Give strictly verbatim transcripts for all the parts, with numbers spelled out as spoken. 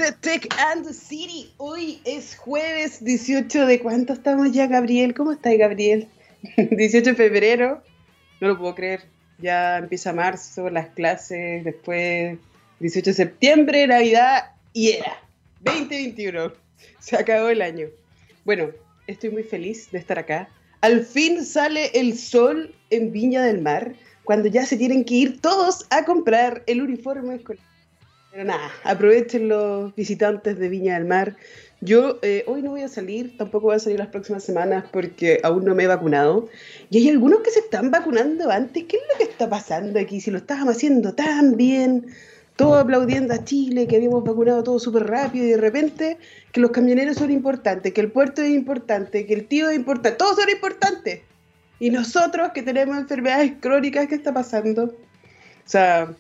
de Tech and the City. Hoy es jueves dieciocho de... ¿Cuánto estamos ya, Gabriel? ¿Cómo estás, Gabriel? dieciocho de febrero. No lo puedo creer. Ya empieza marzo, las clases, después dieciocho de septiembre, Navidad, y era veinte veintiuno. Se acabó el año. Bueno, estoy muy feliz de estar acá. Al fin sale el sol en Viña del Mar, cuando ya se tienen que ir todos a comprar el uniforme escolar. Pero nada, aprovechen los visitantes de Viña del Mar. Yo eh, hoy no voy a salir, tampoco voy a salir las próximas semanas porque aún no me he vacunado. Y hay algunos que se están vacunando antes. ¿Qué es lo que está pasando aquí? Si lo estábamos haciendo tan bien, todo aplaudiendo a Chile, que habíamos vacunado todo súper rápido y de repente que los camioneros son importantes, que el puerto es importante, que el tío es importante, todos son importantes. Y nosotros que tenemos enfermedades crónicas, ¿qué está pasando? O sea...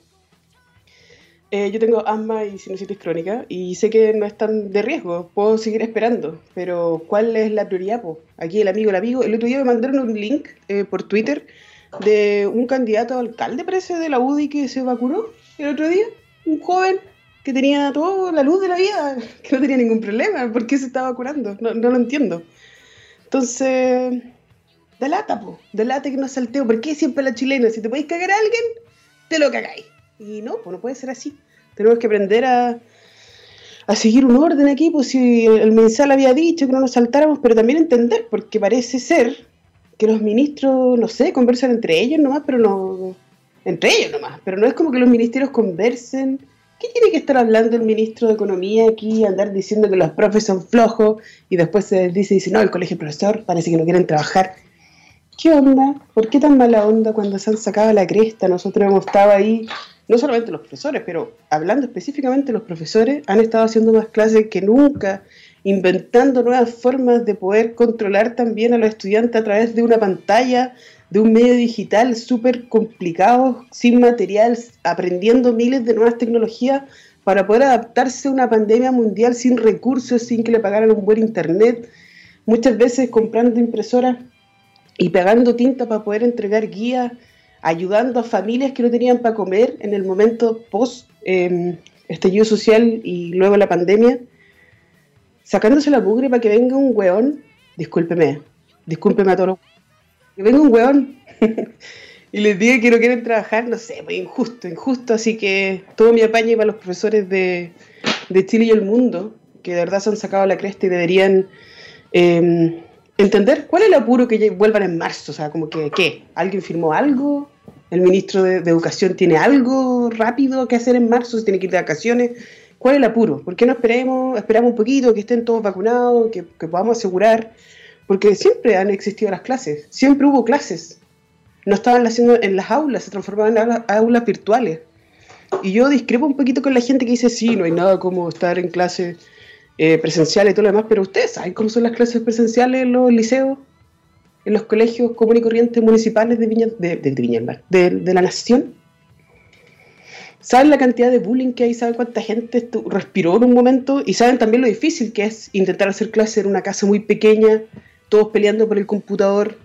Eh, yo tengo asma y sinusitis crónica y sé que no están de riesgo, puedo seguir esperando, pero ¿cuál es la prioridad, po? Aquí el amigo, el amigo, el otro día me mandaron un link eh, por Twitter de un candidato a alcalde, parece, de la U D I que se vacunó el otro día, un joven que tenía toda la luz de la vida, que no tenía ningún problema. ¿Por qué se está vacunando? No, no lo entiendo. Entonces, da lata, po, da lata que no salteo. ¿Por qué siempre la chilena? Si te podéis cagar a alguien, te lo cagáis. Y no, pues no puede ser así. Tenemos que aprender a, a seguir un orden aquí, pues si el, el mensal había dicho que no nos saltáramos, pero también entender, porque parece ser que los ministros, no sé, conversan entre ellos nomás, pero no... Entre ellos nomás, pero no es como que los ministerios conversen. ¿Qué tiene que estar hablando el ministro de Economía aquí, andar diciendo que los profes son flojos, y después se dice, dice, no, el colegio profesor parece que no quieren trabajar? ¿Qué onda? ¿Por qué tan mala onda cuando se han sacado la cresta? Nosotros hemos estado ahí... No solamente los profesores, pero hablando específicamente de los profesores, han estado haciendo más clases que nunca, inventando nuevas formas de poder controlar también a los estudiantes a través de una pantalla, de un medio digital súper complicado, sin material, aprendiendo miles de nuevas tecnologías para poder adaptarse a una pandemia mundial sin recursos, sin que le pagaran un buen internet, muchas veces comprando impresoras y pagando tinta para poder entregar guías, ayudando a familias que no tenían para comer en el momento post eh, estallido social y luego la pandemia, sacándose la mugre para que venga un weón, discúlpeme, discúlpeme a todos los, que venga un weón y les diga que no quieren trabajar, no sé, pues injusto, injusto, así que todo mi apaño para los profesores de, de Chile y el mundo, que de verdad se han sacado la cresta y deberían... Eh, entender cuál es el apuro que vuelvan en marzo, o sea, como que, ¿qué? ¿Alguien firmó algo? ¿El ministro de, de Educación tiene algo rápido que hacer en marzo? ¿Se tiene que ir de vacaciones? ¿Cuál es el apuro? ¿Por qué no esperemos, esperamos un poquito, que estén todos vacunados, que, que podamos asegurar? Porque siempre han existido las clases, siempre hubo clases. No estaban haciendo en las aulas, se transformaban en aulas, aulas virtuales. Y yo discrepo un poquito con la gente que dice, sí, no hay nada como estar en clases Eh, presenciales y todo lo demás, pero ustedes saben cómo son las clases presenciales en los liceos, en los colegios comunes y corrientes municipales de Viña, de, de, de, Viña de, de la nación. ¿Saben la cantidad de bullying que hay? ¿Saben cuánta gente respiró en un momento? Y saben también lo difícil que es intentar hacer clases en una casa muy pequeña, todos peleando por el computador.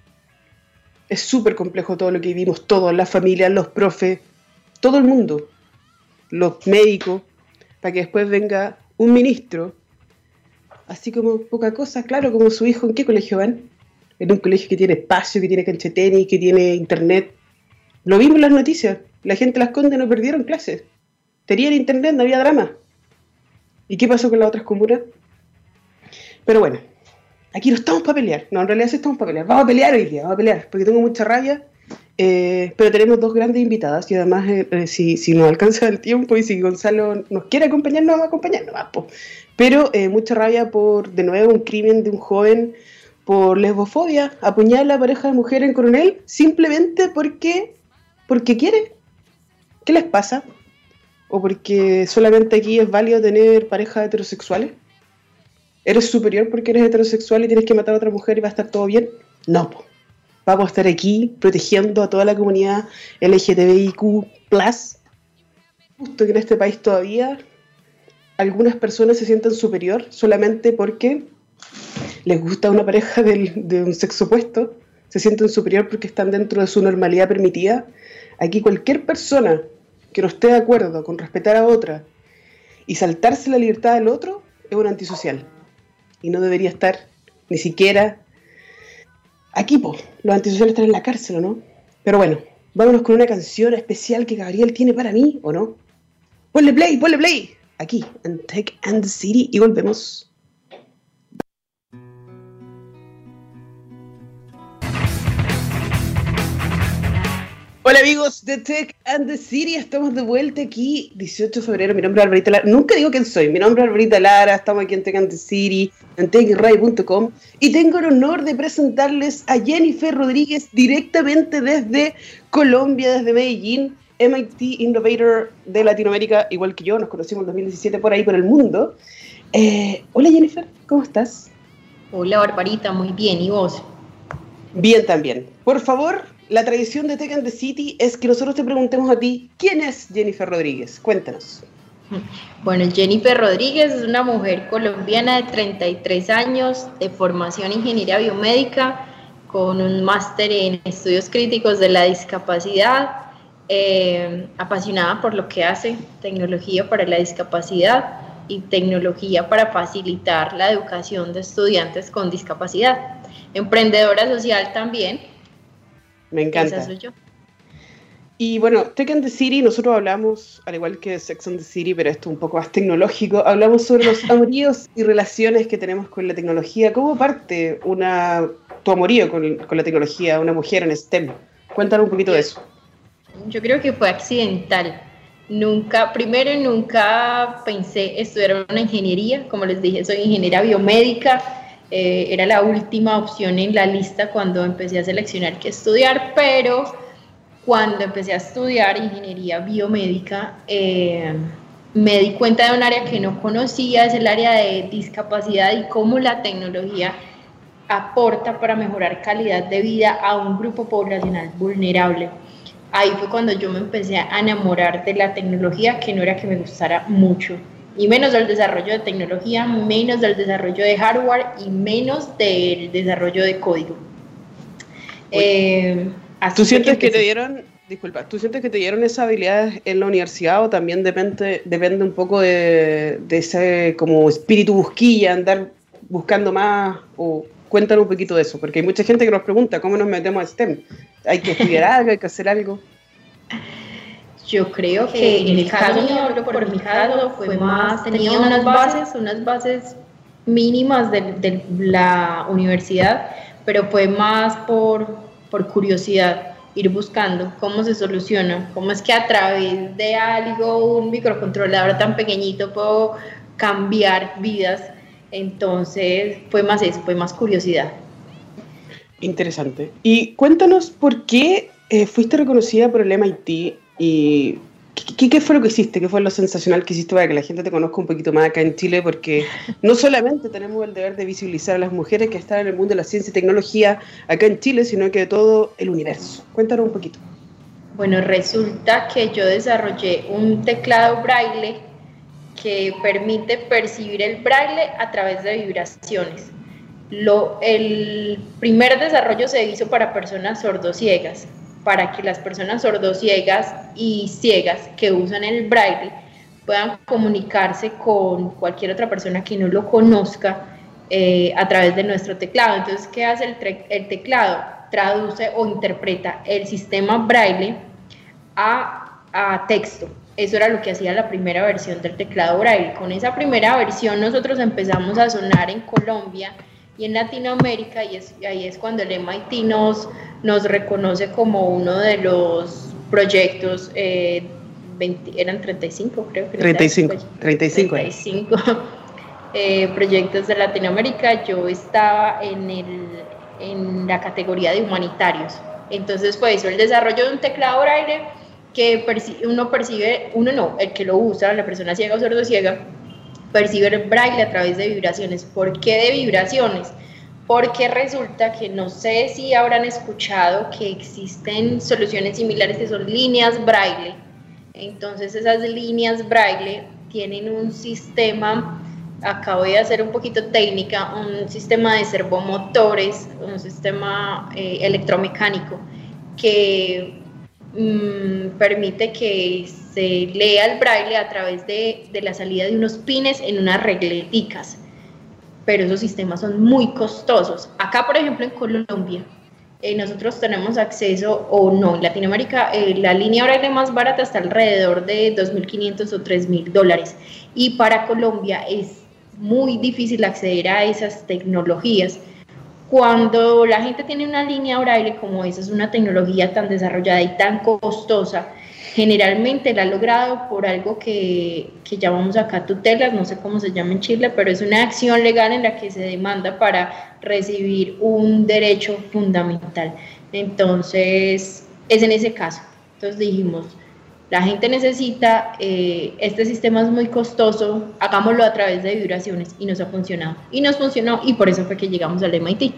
Es súper complejo todo lo que vivimos, todos, las familias, los profes, todo el mundo, los médicos, para que después venga un ministro, así como poca cosa, claro, como su hijo. ¿En qué colegio van? En un colegio que tiene espacio, que tiene cancha de tenis, que tiene internet. Lo vimos en las noticias, la gente las Condes no perdieron clases, tenían internet, no había drama. ¿Y qué pasó con las otras comunas? Pero bueno, aquí no estamos para pelear, no, en realidad sí estamos para pelear, vamos a pelear hoy día, vamos a pelear, porque tengo mucha rabia. Eh, pero tenemos dos grandes invitadas y además eh, eh, si, si nos alcanza el tiempo y si Gonzalo nos quiere acompañar, nos va a acompañar nomás, po. Pero eh, mucha rabia por, de nuevo, un crimen de un joven por lesbofobia, apuñalar a la pareja de mujer en Coronel simplemente porque, porque quiere. ¿Qué les pasa? ¿O porque solamente aquí es válido tener parejas heterosexuales? ¿Eres superior porque eres heterosexual y tienes que matar a otra mujer y va a estar todo bien? No, po. Vamos a estar aquí protegiendo a toda la comunidad L G B T I Q plus. Justo que en este país todavía algunas personas se sienten superior solamente porque les gusta una pareja del, de un sexo opuesto, se sienten superior porque están dentro de su normalidad permitida. Aquí cualquier persona que no esté de acuerdo con respetar a otra Y saltarse la libertad del otro es un antisocial. Y no debería estar ni siquiera aquí, po. Los antisociales están en la cárcel, ¿o no? Pero bueno, vámonos con una canción especial que Gabriel tiene para mí, ¿o no? Ponle play, ponle play. Aquí, en Tech and the City, y volvemos. Hola amigos de Tech and the City, estamos de vuelta aquí, dieciocho de febrero, mi nombre es Alvarita Lara, nunca digo quién soy, mi nombre es Alvarita Lara, estamos aquí en Tech and the City, en tech radio punto com, y tengo el honor de presentarles a Jennifer Rodríguez directamente desde Colombia, desde Medellín, M I T Innovator de Latinoamérica, igual que yo, nos conocimos en dos mil diecisiete por ahí por el mundo. Eh, hola Jennifer, ¿cómo estás? Hola Barbarita, muy bien, ¿y vos? Bien también. Por favor, la tradición de Tech and the City es que nosotros te preguntemos a ti, ¿quién es Jennifer Rodríguez? Cuéntanos. Bueno, Jennifer Rodríguez es una mujer colombiana de treinta y tres años, de formación ingeniería biomédica, con un máster en estudios críticos de la discapacidad, eh, apasionada por lo que hace, tecnología para la discapacidad y tecnología para facilitar la educación de estudiantes con discapacidad. Emprendedora social también. Me encanta. Esa soy yo. Y bueno, Tech and the City, nosotros hablamos, al igual que Sex and the City, pero esto un poco más tecnológico, hablamos sobre los amoríos y relaciones que tenemos con la tecnología. ¿Cómo parte una, tu amorío con, con la tecnología, una mujer en STEM? Cuéntanos un poquito de eso. Yo creo que fue accidental. Nunca, primero nunca pensé estudiar una ingeniería, como les dije, soy ingeniera biomédica, eh, era la última opción en la lista cuando empecé a seleccionar qué estudiar, pero cuando empecé a estudiar ingeniería biomédica, eh, me di cuenta de un área que no conocía, es el área de discapacidad y cómo la tecnología aporta para mejorar calidad de vida a un grupo poblacional vulnerable. Ahí fue cuando yo me empecé a enamorar de la tecnología, que no era que me gustara mucho, y menos del desarrollo de tecnología, menos del desarrollo de hardware y menos del desarrollo de código. Eh, ¿Tú sientes que, que te dieron, disculpa, ¿tú sientes que te dieron esas habilidades en la universidad o también depende, depende un poco de, de ese como espíritu busquilla, andar buscando más? O cuéntanos un poquito de eso, porque hay mucha gente que nos pregunta cómo nos metemos a STEM. ¿Hay que estudiar algo? ¿Hay que hacer algo? Yo creo que en el caso mío, hablo por mi caso, fue más, tenía unas bases, unas bases mínimas de, de la universidad, pero fue más por, por curiosidad, ir buscando cómo se soluciona, cómo es que a través de algo, un microcontrolador tan pequeñito, puedo cambiar vidas. Entonces fue más eso, fue más curiosidad. Interesante. Y cuéntanos por qué eh, fuiste reconocida por el M I T y ¿qué, qué fue lo que hiciste, qué fue lo sensacional que hiciste para que la gente te conozca un poquito más acá en Chile, porque no solamente tenemos el deber de visibilizar a las mujeres que están en el mundo de la ciencia y tecnología acá en Chile, sino que de todo el universo. Cuéntanos un poquito. Bueno, resulta que yo desarrollé un teclado braille que permite percibir el braille a través de vibraciones. Lo, el primer desarrollo se hizo para personas sordociegas, para que las personas sordociegas y ciegas que usan el braille puedan comunicarse con cualquier otra persona que no lo conozca eh, a través de nuestro teclado. Entonces, ¿qué hace el, el teclado? Traduce o interpreta el sistema braille a, a texto. Eso era lo que hacía la primera versión del teclado braille. Con esa primera versión nosotros empezamos a sonar en Colombia y en Latinoamérica, y es, ahí es cuando el M I T nos, nos reconoce como uno de los proyectos, eh, veinte, eran treinta y cinco creo que treinta y cinco, treinta y cinco, treinta y cinco eh, proyectos de Latinoamérica. Yo estaba en, el, en la categoría de humanitarios. Entonces fue eso, el desarrollo de un teclado braille que percibe, uno percibe, uno no, el que lo usa, la persona ciega o sordociega, percibe el braille a través de vibraciones. ¿Por qué de vibraciones? Porque resulta que no sé si habrán escuchado que existen soluciones similares que son líneas braille. Entonces esas líneas braille tienen un sistema, acá voy a ser un poquito técnica, un sistema de servomotores, un sistema eh, electromecánico que mmm, permite que se lea el braille a través de, de la salida de unos pines en unas regleticas, pero esos sistemas son muy costosos. Acá, por ejemplo, en Colombia, eh, nosotros tenemos acceso, o no, en Latinoamérica, eh, la línea braille más barata está alrededor de dos mil quinientos o tres mil dólares, y para Colombia es muy difícil acceder a esas tecnologías. Cuando la gente tiene una línea braille, como esa es una tecnología tan desarrollada y tan costosa, generalmente la ha logrado por algo que, que llamamos acá tutelas, no sé cómo se llama en Chile, pero es una acción legal en la que se demanda para recibir un derecho fundamental. Entonces, es en ese caso. Entonces dijimos, la gente necesita, eh, este sistema es muy costoso, hagámoslo a través de vibraciones, y nos ha funcionado. Y nos funcionó, y por eso fue que llegamos al M I T.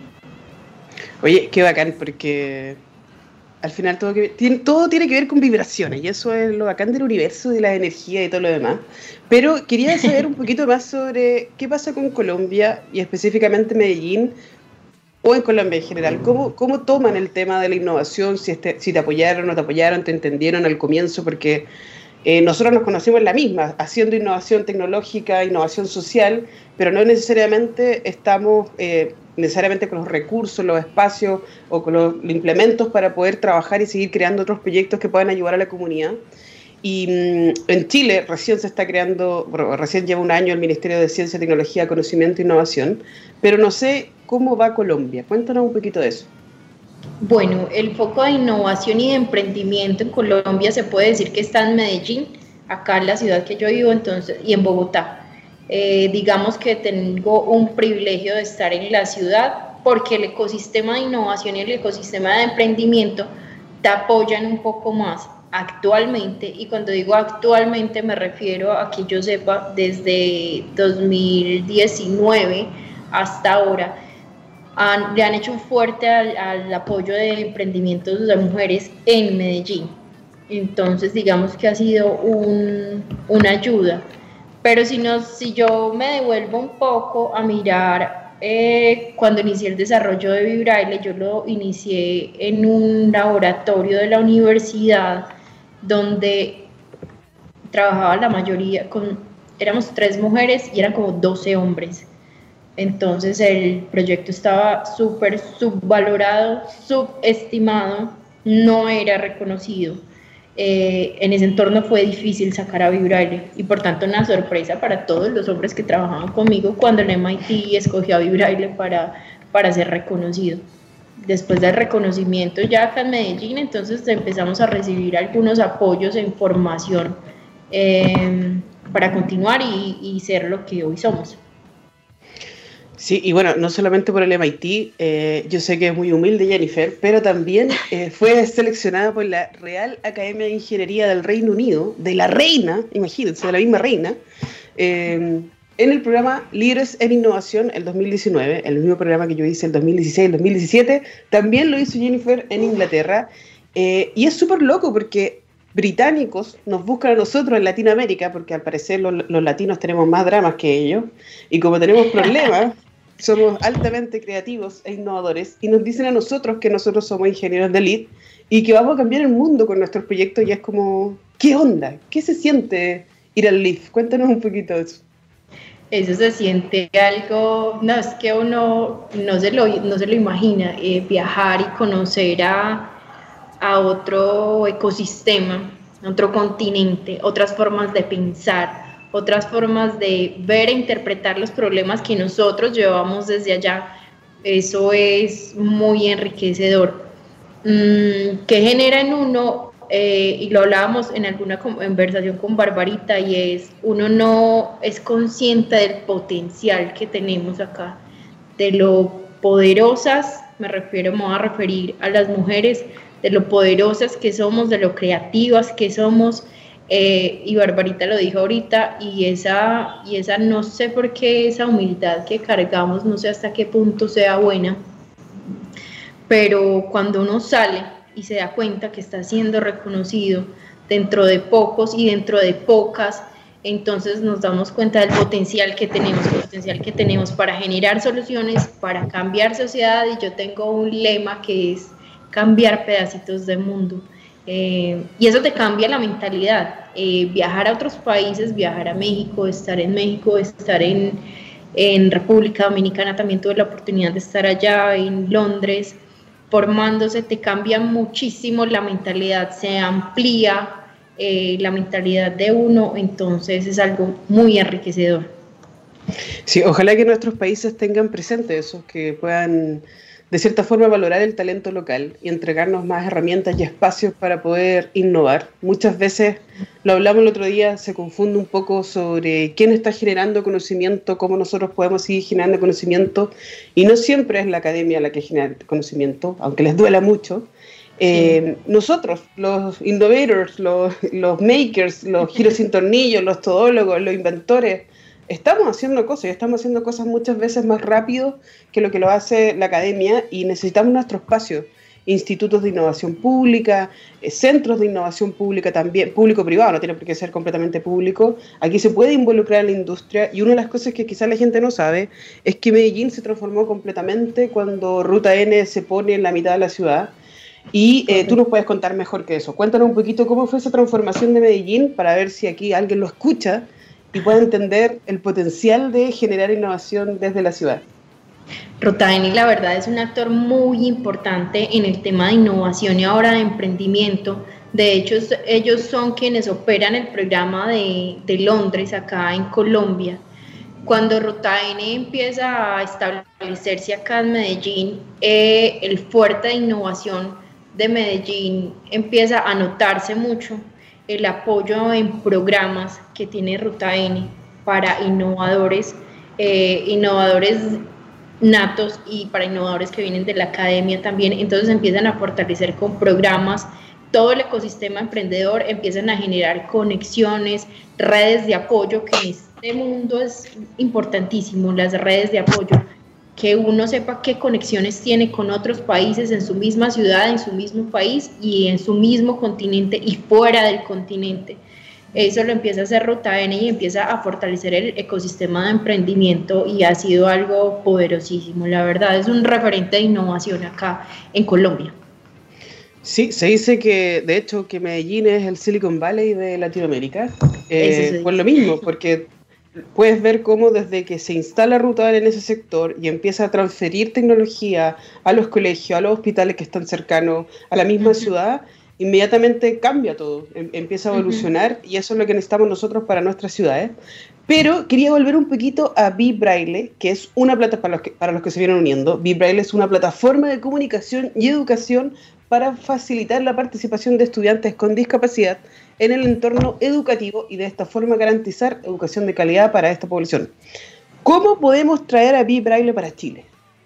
Oye, qué bacán, porque al final todo, que, tiene, todo tiene que ver con vibraciones, y eso es lo bacán del universo, de la energía y todo lo demás. Pero quería saber un poquito más sobre qué pasa con Colombia, y específicamente Medellín, o en Colombia en general. ¿Cómo, cómo toman el tema de la innovación? Si, este, si te apoyaron o no te apoyaron, te entendieron al comienzo, porque eh, nosotros nos conocimos en la misma, haciendo innovación tecnológica, innovación social, pero no necesariamente estamos eh, necesariamente con los recursos, los espacios o con los implementos para poder trabajar y seguir creando otros proyectos que puedan ayudar a la comunidad. Y mmm, en Chile recién se está creando, bueno, recién lleva un año el Ministerio de Ciencia, Tecnología, Conocimiento e Innovación, pero no sé cómo va Colombia. Cuéntanos un poquito de eso. Bueno, el foco de innovación y de emprendimiento en Colombia se puede decir que está en Medellín, acá en la ciudad que yo vivo, entonces, y en Bogotá. Eh, digamos que tengo un privilegio de estar en la ciudad porque el ecosistema de innovación y el ecosistema de emprendimiento te apoyan un poco más actualmente, y cuando digo actualmente me refiero a que yo sepa desde dos mil diecinueve hasta ahora han, le han hecho un fuerte al, al apoyo de emprendimientos de mujeres en Medellín. Entonces digamos que ha sido un, una ayuda. Pero si, no, si yo me devuelvo un poco a mirar, eh, cuando inicié el desarrollo de Vibraile, yo lo inicié en un laboratorio de la universidad donde trabajaba la mayoría, con, éramos tres mujeres y eran como doce hombres. Entonces el proyecto estaba súper subvalorado, subestimado, no era reconocido. Eh, en ese entorno fue difícil sacar a Vibraile, y por tanto una sorpresa para todos los hombres que trabajaban conmigo cuando el M I T escogió a Vibraile para, para ser reconocido. Después del reconocimiento ya acá en Medellín, entonces empezamos a recibir algunos apoyos e información eh, para continuar y, y ser lo que hoy somos. Sí, y bueno, no solamente por el M I T, eh, yo sé que es muy humilde Jennifer, pero también eh, fue seleccionada por la Real Academia de Ingeniería del Reino Unido, de la reina, imagínense, de la misma reina, eh, en el programa Líderes en Innovación el dos mil diecinueve, el mismo programa que yo hice el dos mil dieciséis, el dos mil diecisiete, también lo hizo Jennifer en Inglaterra, eh, y es súper loco porque británicos nos buscan a nosotros en Latinoamérica, porque al parecer los, los latinos tenemos más dramas que ellos, y como tenemos problemas, somos altamente creativos e innovadores, y nos dicen a nosotros que nosotros somos ingenieros de elite y que vamos a cambiar el mundo con nuestros proyectos, y es como, ¿qué onda? ¿Qué se siente ir al L I F? Cuéntanos un poquito de eso. Eso se siente algo, no, es que uno no se lo, no se lo imagina, eh, viajar y conocer a, a otro ecosistema, otro continente, otras formas de pensar, otras formas de ver e interpretar los problemas que nosotros llevamos desde allá. Eso es muy enriquecedor. Mm, ¿qué genera en uno? Eh, y lo hablábamos en alguna conversación con Barbarita, y es, uno no es consciente del potencial que tenemos acá, de lo poderosas, me refiero, me voy a referir a las mujeres, de lo poderosas que somos, de lo creativas que somos, eh, y Barbarita lo dijo ahorita, y esa, y esa no sé por qué esa humildad que cargamos, no sé hasta qué punto sea buena, pero cuando uno sale y se da cuenta que está siendo reconocido dentro de pocos y dentro de pocas, entonces nos damos cuenta del potencial que tenemos, el potencial que tenemos para generar soluciones, para cambiar sociedad, y yo tengo un lema que es cambiar pedacitos de mundo, Eh, y eso te cambia la mentalidad. Eh, viajar a otros países, viajar a México, estar en México, estar en, en República Dominicana, también tuve la oportunidad de estar allá, en Londres, formándose, te cambia muchísimo la mentalidad, se amplía eh, la mentalidad de uno, entonces es algo muy enriquecedor. Sí, ojalá que nuestros países tengan presente eso, que puedan de cierta forma valorar el talento local y entregarnos más herramientas y espacios para poder innovar. Muchas veces, lo hablamos el otro día, se confunde un poco sobre quién está generando conocimiento, cómo nosotros podemos seguir generando conocimiento, y no siempre es la academia la que genera conocimiento, aunque les duela mucho. Eh, sí. Nosotros, los innovators, los, los makers, los giros sin tornillos, los todólogos, los inventores, estamos haciendo cosas y estamos haciendo cosas muchas veces más rápido que lo que lo hace la academia, y necesitamos nuestro espacio, institutos de innovación pública, eh, centros de innovación pública también, público-privado, no tiene por qué ser completamente público. Aquí se puede involucrar a la industria, y una de las cosas que quizás la gente no sabe es que Medellín se transformó completamente cuando Ruta N se pone en la mitad de la ciudad. Y eh, tú nos puedes contar mejor que eso. Cuéntanos un poquito cómo fue esa transformación de Medellín, para ver si aquí alguien lo escucha y puede entender el potencial de generar innovación desde la ciudad. Ruta N, la verdad, es un actor muy importante en el tema de innovación y ahora de emprendimiento. De hecho, ellos son quienes operan el programa de, de Londres acá en Colombia. Cuando Ruta N empieza a establecerse acá en Medellín, eh, el fuerte de innovación de Medellín empieza a notarse mucho. El apoyo en programas que tiene Ruta N para innovadores, eh, innovadores natos y para innovadores que vienen de la academia también. Entonces empiezan a fortalecer con programas todo el ecosistema emprendedor, empiezan a generar conexiones, redes de apoyo, que en este mundo es importantísimo, las redes de apoyo, que uno sepa qué conexiones tiene con otros países en su misma ciudad, en su mismo país y en su mismo continente y fuera del continente. Eso lo empieza a hacer Ruta N y empieza a fortalecer el ecosistema de emprendimiento, y ha sido algo poderosísimo. La verdad, es un referente de innovación acá en Colombia. Sí, se dice que, de hecho, que Medellín es el Silicon Valley de Latinoamérica. Eh, por lo mismo, porque puedes ver cómo desde que se instala Ruta N en ese sector y empieza a transferir tecnología a los colegios, a los hospitales que están cercanos, a la misma uh-huh. ciudad, inmediatamente cambia todo, em- empieza a evolucionar, uh-huh. y eso es lo que necesitamos nosotros para nuestras ciudades. Pero quería volver un poquito a B-Braille, que es una plataforma, para los que, para los que se vienen uniendo, B-Braille es una plataforma de comunicación y educación para facilitar la participación de estudiantes con discapacidad en el entorno educativo y de esta forma garantizar educación de calidad para esta población. ¿Cómo podemos traer a B-Braille para Chile?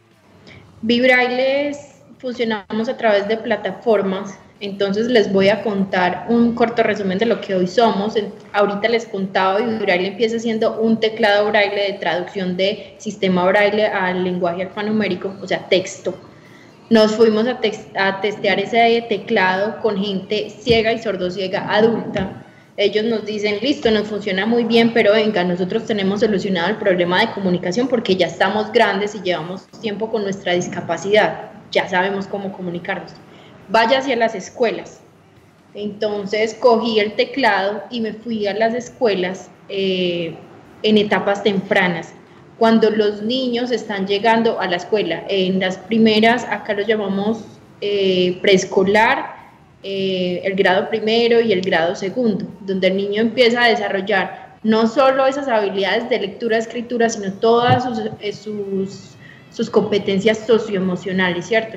B-Braille funcionamos a través de plataformas. Entonces les voy a contar un corto resumen de lo que hoy somos. Ahorita les contaba, B-Braille empieza siendo un teclado braille de traducción de sistema braille al lenguaje alfanumérico, o sea, texto. Nos fuimos a, te- a testear ese teclado con gente ciega y sordociega adulta. Ellos nos dicen, listo, nos funciona muy bien, pero venga, nosotros tenemos solucionado el problema de comunicación porque ya estamos grandes y llevamos tiempo con nuestra discapacidad, ya sabemos cómo comunicarnos. Vaya hacia las escuelas. Entonces cogí el teclado y me fui a las escuelas eh, en etapas tempranas, cuando los niños están llegando a la escuela. En las primeras, acá los llamamos eh, preescolar, eh, el grado primero y el grado segundo, donde el niño empieza a desarrollar no solo esas habilidades de lectura, escritura, sino todas sus, eh, sus, sus competencias socioemocionales, ¿cierto?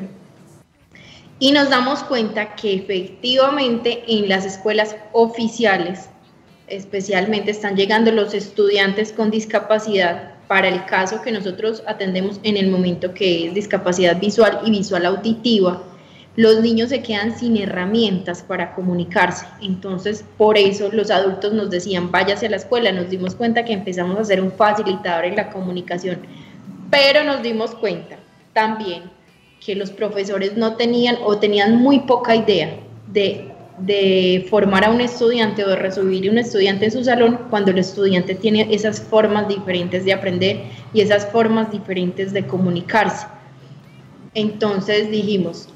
Y nos damos cuenta que efectivamente en las escuelas oficiales, especialmente, están llegando los estudiantes con discapacidad, para el caso que nosotros atendemos en el momento, que es discapacidad visual y visual auditiva. Los niños se quedan sin herramientas para comunicarse. Entonces, por eso los adultos nos decían, váyase a la escuela. Nos dimos cuenta que empezamos a ser un facilitador en la comunicación, pero nos dimos cuenta también que los profesores no tenían o tenían muy poca idea de, de formar a un estudiante o de recibir a un estudiante en su salón, cuando el estudiante tiene esas formas diferentes de aprender y esas formas diferentes de comunicarse. Entonces dijimos,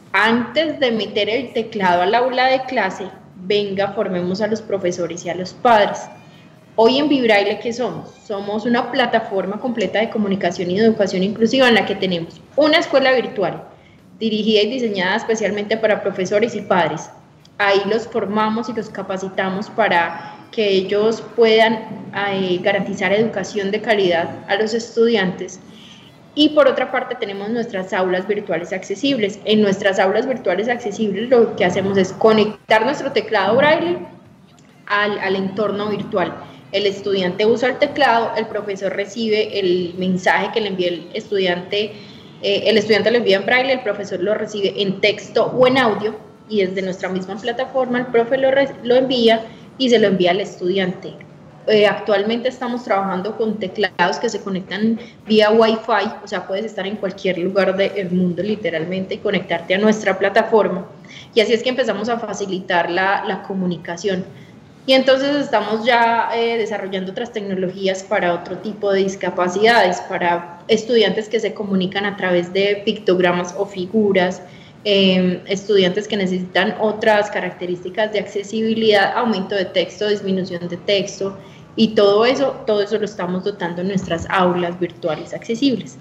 antes de meter el teclado al aula de clase, venga, formemos a los profesores y a los padres. Hoy en ViBraille, ¿qué somos? Somos una plataforma completa de comunicación y de educación inclusiva en la que tenemos una escuela virtual dirigida y diseñada especialmente para profesores y padres. Ahí los formamos y los capacitamos para que ellos puedan eh, garantizar educación de calidad a los estudiantes. Y por otra parte tenemos nuestras aulas virtuales accesibles. En nuestras aulas virtuales accesibles lo que hacemos es conectar nuestro teclado Braille al, al entorno virtual. El estudiante usa el teclado, el profesor recibe el mensaje que le envía el estudiante, eh, el estudiante lo envía en Braille, el profesor lo recibe en texto o en audio, y desde nuestra misma plataforma el profe lo, lo envía y se lo envía al estudiante. Eh, actualmente estamos trabajando con teclados que se conectan vía Wi-Fi, o sea, puedes estar en cualquier lugar del mundo literalmente y conectarte a nuestra plataforma, y así es que empezamos a facilitar la, la comunicación. Y entonces estamos ya eh, desarrollando otras tecnologías para otro tipo de discapacidades, para estudiantes que se comunican a través de pictogramas o figuras, eh, estudiantes que necesitan otras características de accesibilidad, aumento de texto, disminución de texto, y todo eso, todo eso lo estamos dotando en nuestras aulas virtuales accesibles.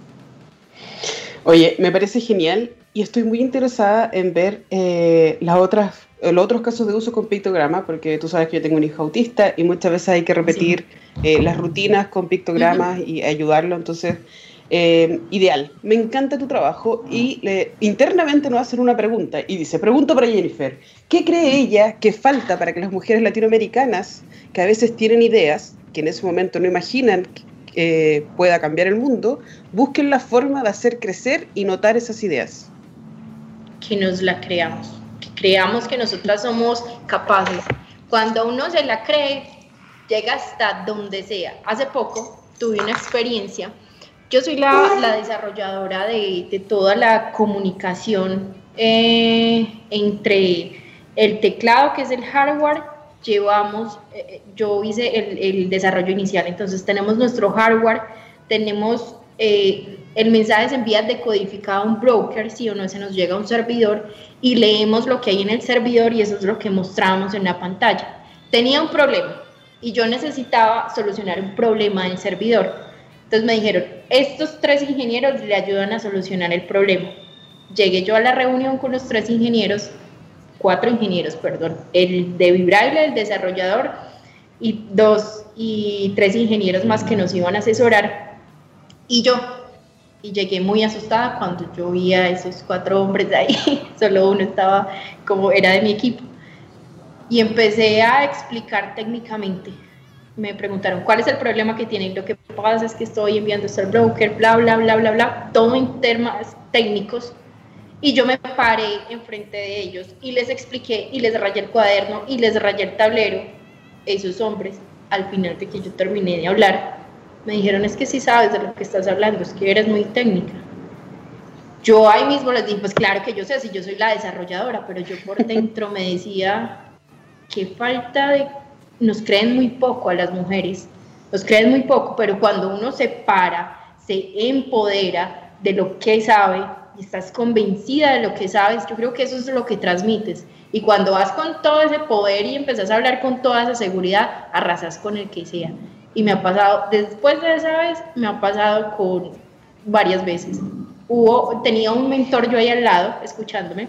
Oye, me parece genial y estoy muy interesada en ver eh, las otras, los otros casos de uso con pictograma, porque tú sabes que yo tengo un hijo autista y muchas veces hay que repetir sí. eh, las rutinas con pictogramas uh-huh. y ayudarlo, entonces, eh, ideal. Me encanta tu trabajo y le, internamente nos hacen una pregunta y dice, pregunto para Jennifer, ¿qué cree ella que falta para que las mujeres latinoamericanas, que a veces tienen ideas, que en ese momento no imaginan eh, pueda cambiar el mundo, busquen la forma de hacer crecer y notar esas ideas? Que nos la creamos, que creamos que nosotras somos capaces. Cuando uno se la cree, llega hasta donde sea. Hace poco tuve una experiencia. Yo soy la, la desarrolladora de, de toda la comunicación eh, entre el teclado, que es el hardware. Llevamos, eh, yo hice el, el desarrollo inicial, entonces tenemos nuestro hardware, tenemos eh, el mensaje se envía decodificado a un broker, sí o no, se nos llega a un servidor y leemos lo que hay en el servidor y eso es lo que mostramos en la pantalla. Tenía un problema y yo necesitaba solucionar un problema del servidor. Entonces me dijeron, estos tres ingenieros le ayudan a solucionar el problema. Llegué yo a la reunión con los tres ingenieros, cuatro ingenieros, perdón, el de ViBraille, el desarrollador, y dos y tres ingenieros más que nos iban a asesorar, y yo. Y llegué muy asustada cuando yo vi a esos cuatro hombres de ahí, solo uno estaba como era de mi equipo. Y empecé a explicar técnicamente. Me preguntaron, ¿cuál es el problema que tienen? Lo que pasa es que estoy enviando esto al broker, bla, bla, bla, bla, bla, todo en temas técnicos. Y yo me paré enfrente de ellos y les expliqué y les rayé el cuaderno y les rayé el tablero. Esos hombres, al final de que yo terminé de hablar, me dijeron, es que sí sabes de lo que estás hablando, es que eres muy técnica. Yo ahí mismo les dije, pues claro que yo sé, si yo soy la desarrolladora, pero yo por dentro me decía, qué falta de... Nos creen muy poco a las mujeres, nos creen muy poco, pero cuando uno se para, se empodera de lo que sabe y estás convencida de lo que sabes, yo creo que eso es lo que transmites. Y cuando vas con todo ese poder y empezás a hablar con toda esa seguridad, arrasas con el que sea. Y me ha pasado, después de esa vez, me ha pasado con varias veces. Hubo, tenía un mentor yo ahí al lado, escuchándome,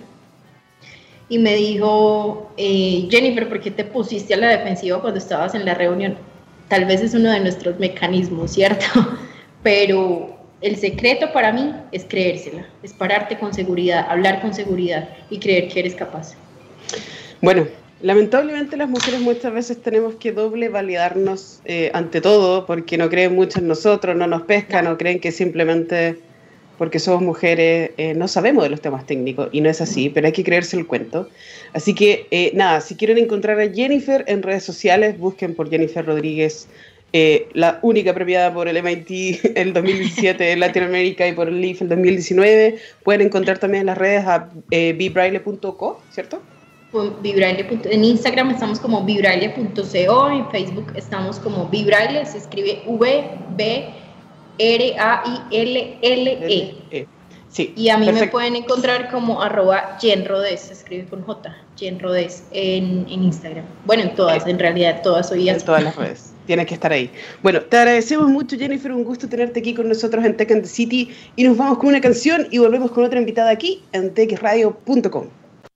y me dijo, eh, Jennifer, ¿por qué te pusiste a la defensiva cuando estabas en la reunión? Tal vez es uno de nuestros mecanismos, ¿cierto? Pero el secreto para mí es creérsela, es pararte con seguridad, hablar con seguridad y creer que eres capaz. Bueno, lamentablemente las mujeres muchas veces tenemos que doble validarnos eh, ante todo porque no creen mucho en nosotros, no nos pescan, no creen que simplemente porque somos mujeres eh, no sabemos de los temas técnicos y no es así, pero hay que creerse el cuento. Así que eh, nada, si quieren encontrar a Jennifer en redes sociales, busquen por Jennifer Rodríguez, eh, la única premiada por el M I T el dos mil diecisiete en Latinoamérica y por el L I F el dos mil diecinueve. Pueden encontrar también en las redes a eh, vibraille punto co, ¿cierto? ViBraille. En Instagram estamos como vibraille punto co, en Facebook estamos como ViBraille, se escribe V B R A I L L E. Sí, y a mí perfecto. me pueden encontrar como arroba jenrodes, se escribe con J, jenrodes en, en Instagram. Bueno, en todas, Eh, en realidad, todas soy en así. todas las redes. Tienes que estar ahí. Bueno, te agradecemos mucho, Jennifer. Un gusto tenerte aquí con nosotros en Tech and the City. Y nos vamos con una canción y volvemos con otra invitada aquí en tech radio punto com.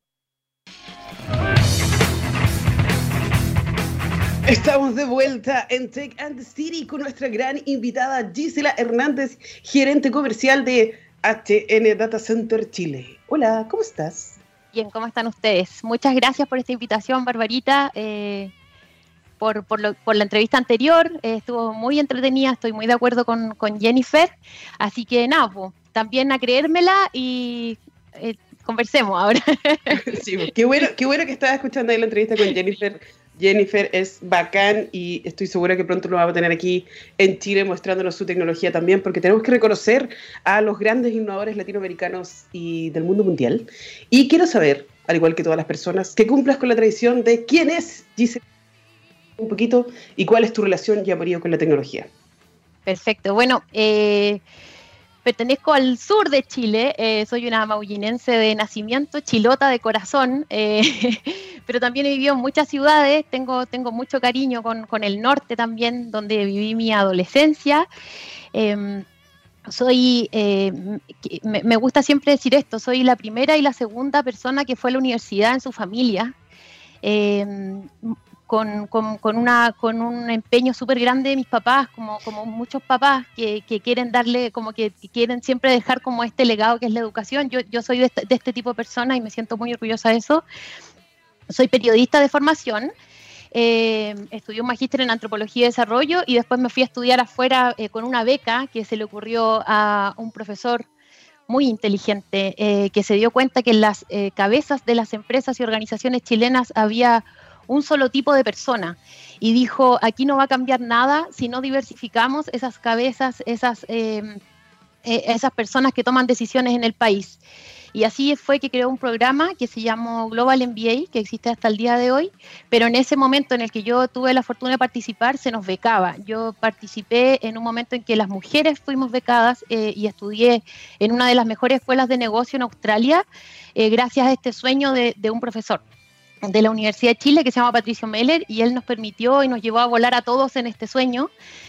Estamos de vuelta en Tech and the City con nuestra gran invitada Gisela Hernández, gerente comercial de H N Data Center Chile. Hola, ¿cómo estás? Bien, ¿cómo están ustedes? Muchas gracias por esta invitación, Barbarita, eh, por, por, lo, por la entrevista anterior. Eh, estuvo muy entretenida, estoy muy de acuerdo con, con Jennifer. Así que nada, pues, también a creérmela y eh, conversemos ahora. Sí, qué bueno, qué bueno que estás escuchando ahí la entrevista con Jennifer. Jennifer es bacán y estoy segura que pronto lo vamos a tener aquí en Chile mostrándonos su tecnología también, porque tenemos que reconocer a los grandes innovadores latinoamericanos y del mundo mundial. Y quiero saber, al igual que todas las personas, que cumplas con la tradición de quién es Gisela un poquito y cuál es tu relación y amorío con la tecnología. Perfecto. Bueno, eh, pertenezco al sur de Chile, eh, soy una maullinense de nacimiento, chilota de corazón, eh, pero también he vivido en muchas ciudades, tengo, tengo mucho cariño con, con el norte también, donde viví mi adolescencia. Eh, soy, eh, me, me gusta siempre decir esto, soy la primera y la segunda persona que fue a la universidad en su familia. Eh, Con, con, con, una, con un empeño súper grande de mis papás, como, como muchos papás que, que quieren darle, como que quieren siempre dejar como este legado que es la educación. Yo, yo soy de este, de este tipo de personas y me siento muy orgullosa de eso. Soy periodista de formación, eh, estudié un magíster en Antropología y Desarrollo y después me fui a estudiar afuera eh, con una beca que se le ocurrió a un profesor muy inteligente, eh, que se dio cuenta que en las eh, cabezas de las empresas y organizaciones chilenas había un solo tipo de persona y dijo, aquí no va a cambiar nada si no diversificamos esas cabezas, esas, eh, eh, esas personas que toman decisiones en el país. Y así fue que creó un programa que se llamó Global M B A, que existe hasta el día de hoy, pero en ese momento en el que yo tuve la fortuna de participar, se nos becaba. Yo participé en un momento en que las mujeres fuimos becadas eh, y estudié en una de las mejores escuelas de negocio en Australia, eh, gracias a este sueño de, de un profesor de la Universidad de Chile que se llama Patricio Meller, y él nos permitió y nos llevó a volar a todos en este sueño.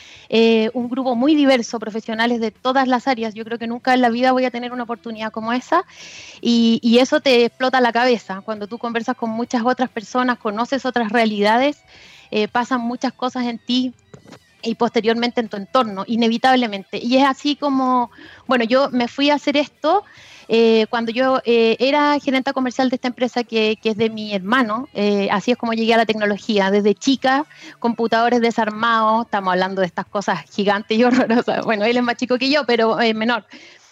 Eh, un grupo muy diverso, profesionales de todas las áreas. Yo creo que nunca en la vida voy a tener una oportunidad como esa, y, y eso te explota la cabeza. Cuando tú conversas con muchas otras personas, conoces otras realidades, eh, pasan muchas cosas en ti y posteriormente en tu entorno, inevitablemente. Y es así como, bueno, yo me fui a hacer esto eh, cuando yo eh, era gerenta comercial de esta empresa que, que es de mi hermano. Eh, así es como llegué a la tecnología. Desde chica, computadores desarmados, estamos hablando de estas cosas gigantes y horrorosas. Bueno, él es más chico que yo, pero eh, menor.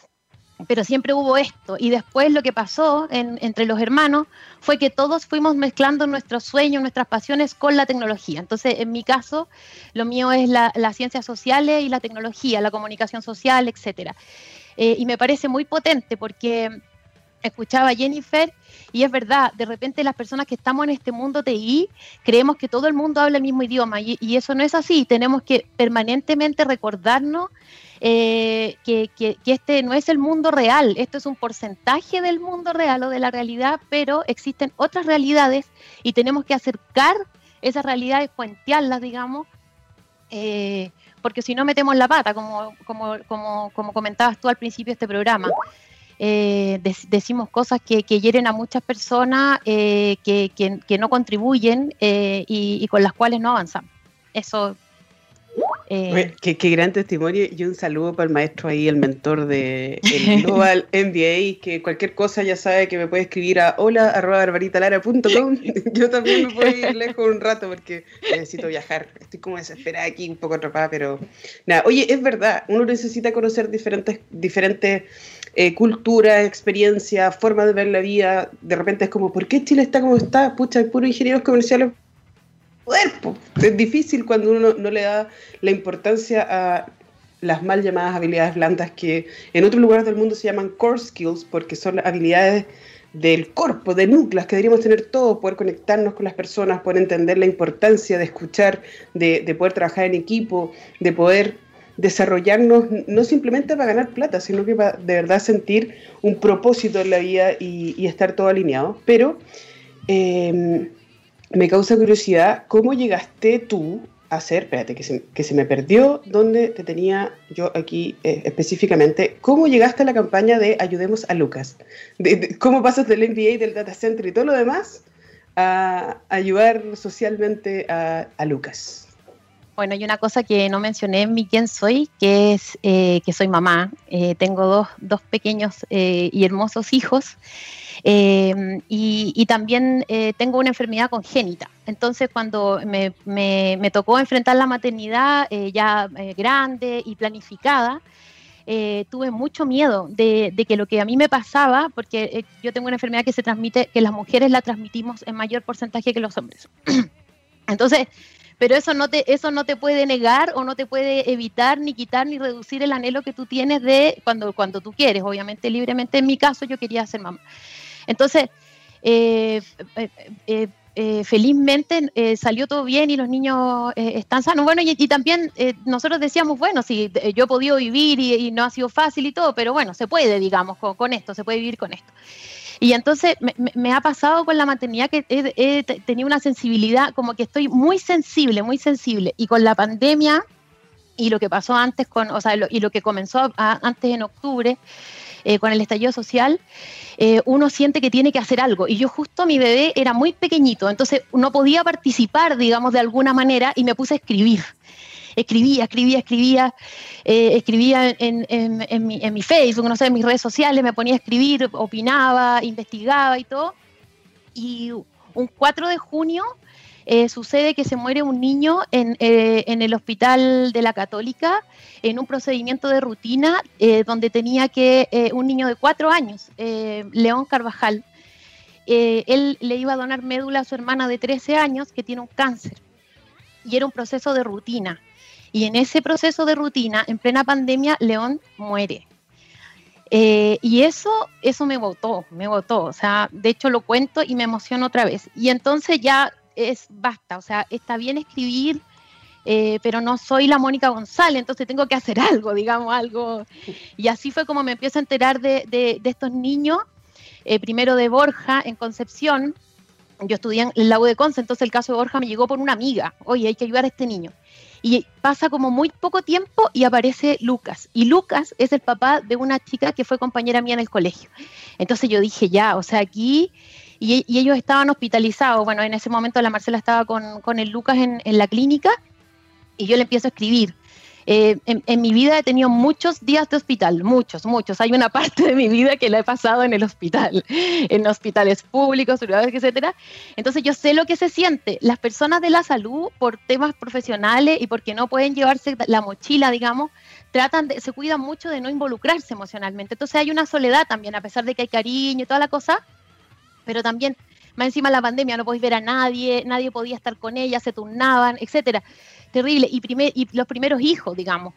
Pero siempre hubo esto, y después lo que pasó en, entre los hermanos fue que todos fuimos mezclando nuestros sueños, nuestras pasiones con la tecnología. Entonces, en mi caso, lo mío es la, las ciencias sociales y la tecnología, la comunicación social, etcétera. Eh, y me parece muy potente porque escuchaba a Jennifer y es verdad, de repente las personas que estamos en este mundo T I creemos que todo el mundo habla el mismo idioma, y, y eso no es así. Tenemos que permanentemente recordarnos eh, que, que, que este no es el mundo real, esto es un porcentaje del mundo real o de la realidad, pero existen otras realidades y tenemos que acercar esas realidades, puentearlas, digamos, eh, porque si no metemos la pata, como, como, como, como comentabas tú al principio de este programa. Eh, de, decimos cosas que, que hieren a muchas personas, eh, que, que, que no contribuyen eh, y, y con las cuales no avanzamos. Eso. Eh. Qué, qué gran testimonio, y un saludo para el maestro ahí, el mentor de el Global M B A, que cualquier cosa ya sabe que me puede escribir a hola arroba barbaritalara punto com. Yo también me puedo ir lejos un rato porque necesito viajar. Estoy como desesperada aquí, un poco atrapada, pero nada. Oye, es verdad, uno necesita conocer diferentes, diferentes eh, culturas, experiencias, formas de ver la vida. De repente es como, ¿por qué Chile está como está? Pucha, hay puros ingenieros comerciales. Cuerpo. Es difícil cuando uno no, no le da la importancia a las mal llamadas habilidades blandas, que en otros lugares del mundo se llaman core skills, porque son las habilidades del cuerpo, de núcleos que deberíamos tener todos, poder conectarnos con las personas, poder entender la importancia de escuchar, de, de poder trabajar en equipo, de poder desarrollarnos no simplemente para ganar plata, sino que para de verdad sentir un propósito en la vida y, y estar todo alineado. Pero eh, me causa curiosidad, ¿cómo llegaste tú a hacer, espérate, que se, que se me perdió, dónde te tenía yo aquí eh, específicamente, cómo llegaste a la campaña de Ayudemos a Lucas? De, de, ¿Cómo pasas del M B A, del Data Center y todo lo demás a ayudar socialmente a, a Lucas? Bueno, hay una cosa que no mencioné en mi quién soy, que es eh, que soy mamá. Eh, tengo dos, dos pequeños eh, y hermosos hijos eh, y, y también eh, tengo una enfermedad congénita. Entonces, cuando me, me, me tocó enfrentar la maternidad eh, ya eh, grande y planificada, eh, tuve mucho miedo de, de que lo que a mí me pasaba, porque eh, yo tengo una enfermedad que se transmite, que las mujeres la transmitimos en mayor porcentaje que los hombres. Entonces, pero eso no te eso no te puede negar o no te puede evitar ni quitar ni reducir el anhelo que tú tienes de cuando, cuando tú quieres, obviamente libremente. En mi caso yo quería ser mamá. Entonces, eh, eh, eh, eh, felizmente eh, salió todo bien y los niños eh, están sanos. Bueno, y, y también eh, nosotros decíamos, bueno, sí, yo he podido vivir y, y no ha sido fácil y todo, pero bueno, se puede, digamos, con, con esto, se puede vivir con esto. Y entonces me, me ha pasado con la maternidad que he, he tenido una sensibilidad, como que estoy muy sensible, muy sensible. Y con la pandemia y lo que pasó antes, con, o sea, lo, y lo que comenzó a, antes en octubre, eh, con el estallido social, eh, uno siente que tiene que hacer algo. Y yo justo, mi bebé era muy pequeñito, entonces no podía participar, digamos, de alguna manera, y me puse a escribir. Escribía, escribía, escribía, eh, escribía en, en, en, mi, en mi Facebook, no sé, en mis redes sociales, me ponía a escribir, opinaba, investigaba y todo. Y un cuatro de junio eh, sucede que se muere un niño en, eh, en el hospital de la Católica, en un procedimiento de rutina, eh, donde tenía que, eh, un niño de cuatro años, eh, León Carvajal, eh, él le iba a donar médula a su hermana de trece años que tiene un cáncer. Y era un proceso de rutina. Y en ese proceso de rutina, en plena pandemia, León muere. Eh, y eso, eso me botó, me botó. O sea, de hecho lo cuento y me emociono otra vez. Y entonces ya es basta, o sea, está bien escribir, eh, pero no soy la Mónica González, entonces tengo que hacer algo, digamos, algo. Y así fue como me empiezo a enterar de, de, de estos niños, eh, primero de Borja, en Concepción. Yo estudié en la U de Conce, entonces el caso de Borja me llegó por una amiga. Oye, hay que ayudar a este niño. Y pasa como muy poco tiempo y aparece Lucas. Y Lucas es el papá de una chica que fue compañera mía en el colegio. Entonces yo dije, ya, o sea, aquí... Y, y ellos estaban hospitalizados. Bueno, en ese momento la Marcela estaba con, con el Lucas en, en la clínica y yo le empiezo a escribir. Eh, en, en mi vida he tenido muchos días de hospital, muchos, muchos. Hay una parte de mi vida que la he pasado en el hospital, en hospitales públicos, privados, etcétera. Entonces yo sé lo que se siente. Las personas de la salud, por temas profesionales y porque no pueden llevarse la mochila, digamos, tratan de, se cuidan mucho de no involucrarse emocionalmente. Entonces hay una soledad también, a pesar de que hay cariño y toda la cosa, pero también, más encima de la pandemia, no podéis ver a nadie, nadie podía estar con ella, se turnaban, etcétera. Terrible. Y, primer, y los primeros hijos, digamos.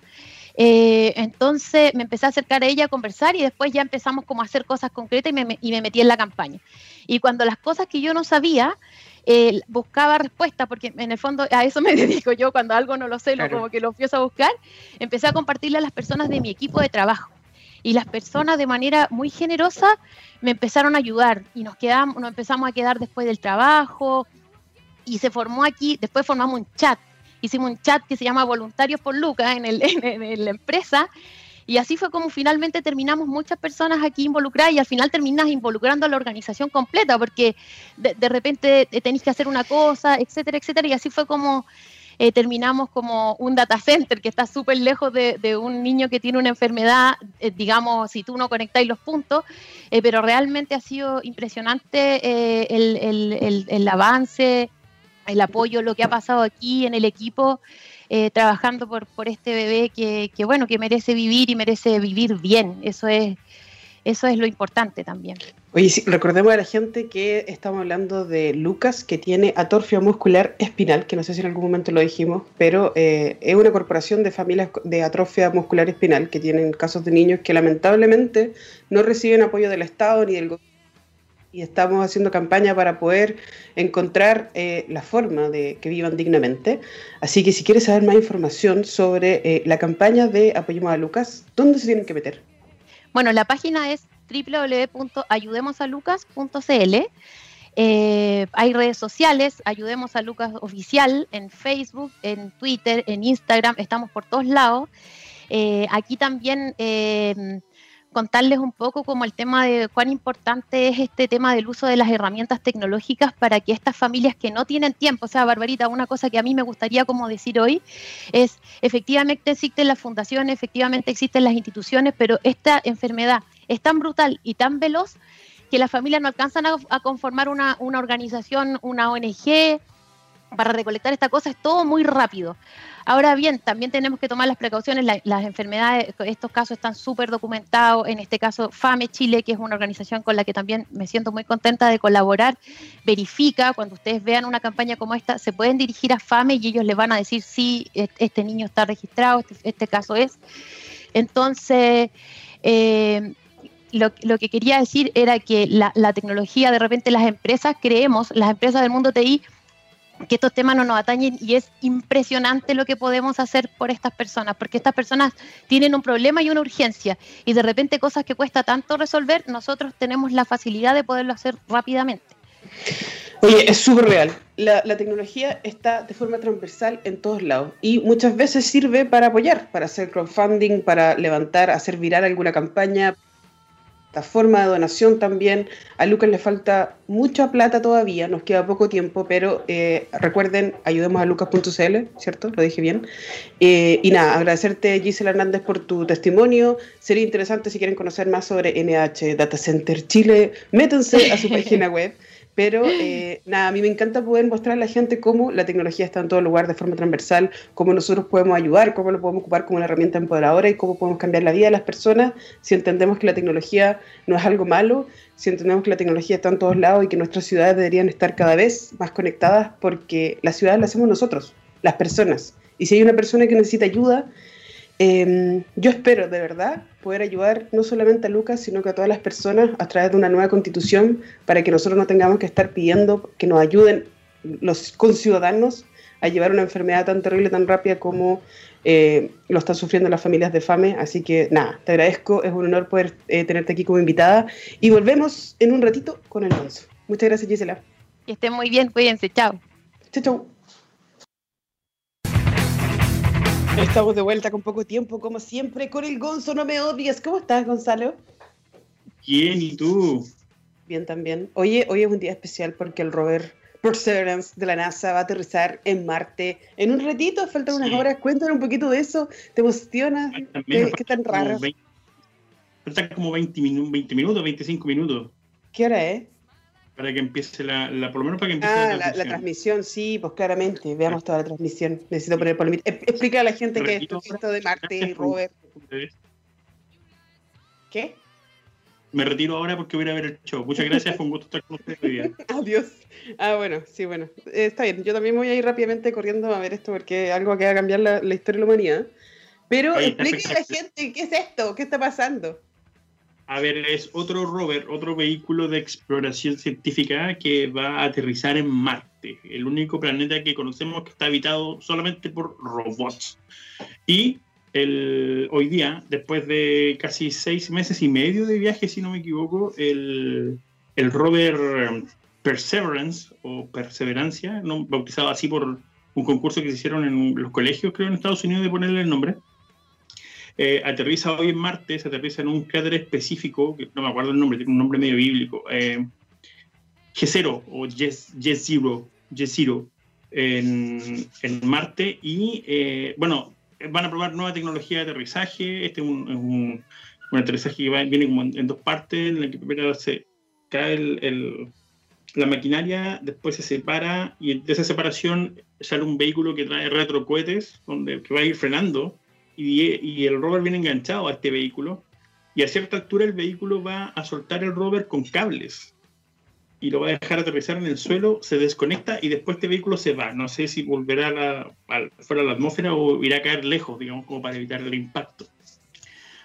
Eh, entonces me empecé a acercar a ella a conversar y después ya empezamos como a hacer cosas concretas y me, y me metí en la campaña. Y cuando las cosas que yo no sabía, eh, buscaba respuestas, porque en el fondo a eso me dedico yo, cuando algo no lo sé, claro, lo, como que lo empiezo a buscar, empecé a compartirle a las personas de mi equipo de trabajo. Y las personas de manera muy generosa me empezaron a ayudar y nos, quedamos, nos empezamos a quedar después del trabajo y se formó aquí, después formamos un chat. Hicimos un chat que se llama Voluntarios por Lucas en, el, en, en la empresa y así fue como finalmente terminamos muchas personas aquí involucradas y al final terminas involucrando a la organización completa porque de, de repente tenéis que hacer una cosa, etcétera, etcétera, y así fue como eh, terminamos como un data center que está súper lejos de, de un niño que tiene una enfermedad, eh, digamos, si tú no conectáis los puntos, eh, pero realmente ha sido impresionante eh, el, el, el, el avance, el apoyo, lo que ha pasado aquí en el equipo, eh, trabajando por, por este bebé que, que, bueno, que merece vivir y merece vivir bien. Eso es, eso es lo importante también. Oye, sí, recordemos a la gente que estamos hablando de Lucas, que tiene atrofia muscular espinal, que no sé si en algún momento lo dijimos, pero eh, es una corporación de familias de atrofia muscular espinal que tienen casos de niños que lamentablemente no reciben apoyo del Estado ni del gobierno. y estamos haciendo campaña para poder encontrar eh, la forma de que vivan dignamente. Así que si quieres saber más información sobre eh, la campaña de Apoyemos a Lucas, ¿dónde se tienen que meter? Bueno, la página es doble u doble u doble u punto ayudemos a lucas punto c l. Eh, hay redes sociales, Ayudemos a Lucas Oficial, en Facebook, en Twitter, en Instagram, estamos por todos lados. Eh, aquí también eh, contarles un poco como el tema de cuán importante es este tema del uso de las herramientas tecnológicas para que estas familias que no tienen tiempo, o sea, Barbarita, una cosa que a mí me gustaría como decir hoy es, efectivamente existen las fundaciones, efectivamente existen las instituciones, pero esta enfermedad es tan brutal y tan veloz que las familias no alcanzan a, a conformar una, una organización, una O N G, para recolectar esta cosa, es todo muy rápido. Ahora bien, también tenemos que tomar las precauciones, la, las enfermedades, estos casos están súper documentados, en este caso FAME Chile, que es una organización con la que también me siento muy contenta de colaborar, verifica, cuando ustedes vean una campaña como esta, se pueden dirigir a FAME y ellos les van a decir si sí, este niño está registrado, este, este caso es. Entonces, eh, Lo, lo que quería decir era que la, la tecnología, de repente las empresas, creemos, las empresas del mundo T I, que estos temas no nos atañen y es impresionante lo que podemos hacer por estas personas, porque estas personas tienen un problema y una urgencia y de repente cosas que cuesta tanto resolver, nosotros tenemos la facilidad de poderlo hacer rápidamente. Oye, es súper real. La, la tecnología está de forma transversal en todos lados y muchas veces sirve para apoyar, para hacer crowdfunding, para levantar, hacer viral alguna campaña, forma de donación también. A Lucas le falta mucha plata todavía, nos queda poco tiempo, pero eh, recuerden, ayudemos a lucas punto c l, ¿cierto? Lo dije bien. Eh, y nada, agradecerte, Gisela Hernández, por tu testimonio. Sería interesante si quieren conocer más sobre N H Data Center Chile, métanse a su página web. Pero eh, nada, a mí me encanta poder mostrar a la gente cómo la tecnología está en todo lugar de forma transversal, cómo nosotros podemos ayudar, cómo lo podemos ocupar como una herramienta empoderadora y cómo podemos cambiar la vida de las personas si entendemos que la tecnología no es algo malo, si entendemos que la tecnología está en todos lados y que nuestras ciudades deberían estar cada vez más conectadas porque las ciudades las hacemos nosotros, las personas. Y si hay una persona que necesita ayuda, eh, yo espero de verdad poder ayudar no solamente a Lucas, sino que a todas las personas a través de una nueva constitución para que nosotros no tengamos que estar pidiendo que nos ayuden los conciudadanos a llevar una enfermedad tan terrible, tan rápida como eh, lo están sufriendo las familias de FAME. Así que nada, te agradezco, es un honor poder eh, tenerte aquí como invitada y volvemos en un ratito con el Gonzo. Muchas gracias, Gisela. Que estén muy bien, cuídense, chao. Chau, chau. Estamos de vuelta con poco tiempo, como siempre, con el Gonzo, no me odies. ¿Cómo estás, Gonzalo? Bien, ¿y tú? Bien, también. Oye, hoy es un día especial porque el rover Perseverance de la NASA va a aterrizar en Marte en un ratito, faltan unas Sí. horas. Cuéntame un poquito de eso. ¿Te emociona? ¿Qué, qué tan raro? veinte, faltan como veinte, minu- veinte minutos, veinticinco minutos ¿Qué hora es? para que empiece la, la por lo menos para que empiece Ah, la la, transmisión. la transmisión, sí, pues claramente. Veamos toda la transmisión. Necesito poner por límite. Explica a la gente qué es esto, qué es esto de Marte y rover. ¿Qué? Me retiro ahora porque voy a ir a ver el show. Muchas gracias, fue un gusto estar con ustedes hoy día. Adiós. Ah, bueno, sí, bueno. Eh, está bien, yo también me voy a ir rápidamente corriendo a ver esto porque es algo que va a cambiar la, la historia de la humanidad. Pero Oye, está explique a la espectacular. gente, ¿qué es esto? ¿Qué está pasando? A ver, es otro rover, otro vehículo de exploración científica que va a aterrizar en Marte, el único planeta que conocemos que está habitado solamente por robots. Y el, hoy día, después de casi seis meses y medio de viaje, si no me equivoco, el, el rover Perseverance, o Perseverancia, ¿no? Bautizado así por un concurso que se hicieron en los colegios, creo, en Estados Unidos, de ponerle el nombre. Eh, aterriza hoy en Marte, se aterriza en un cráter específico, que no me acuerdo el nombre, tiene un nombre medio bíblico, eh, G cero o G cero, G cero en, en Marte, y eh, bueno, van a probar nueva tecnología de aterrizaje. Este es un, un, un aterrizaje que va, viene como en, en dos partes, en la que primero se cae el, el, la maquinaria, después se separa, y de esa separación sale un vehículo que trae retrocohetes, donde, que va a ir frenando. Y, y el rover viene enganchado a este vehículo, y a cierta altura el vehículo va a soltar el rover con cables y lo va a dejar aterrizar en el suelo, se desconecta y después este vehículo se va. No sé si volverá a la, a, fuera de la atmósfera o irá a caer lejos, digamos, como para evitar el impacto.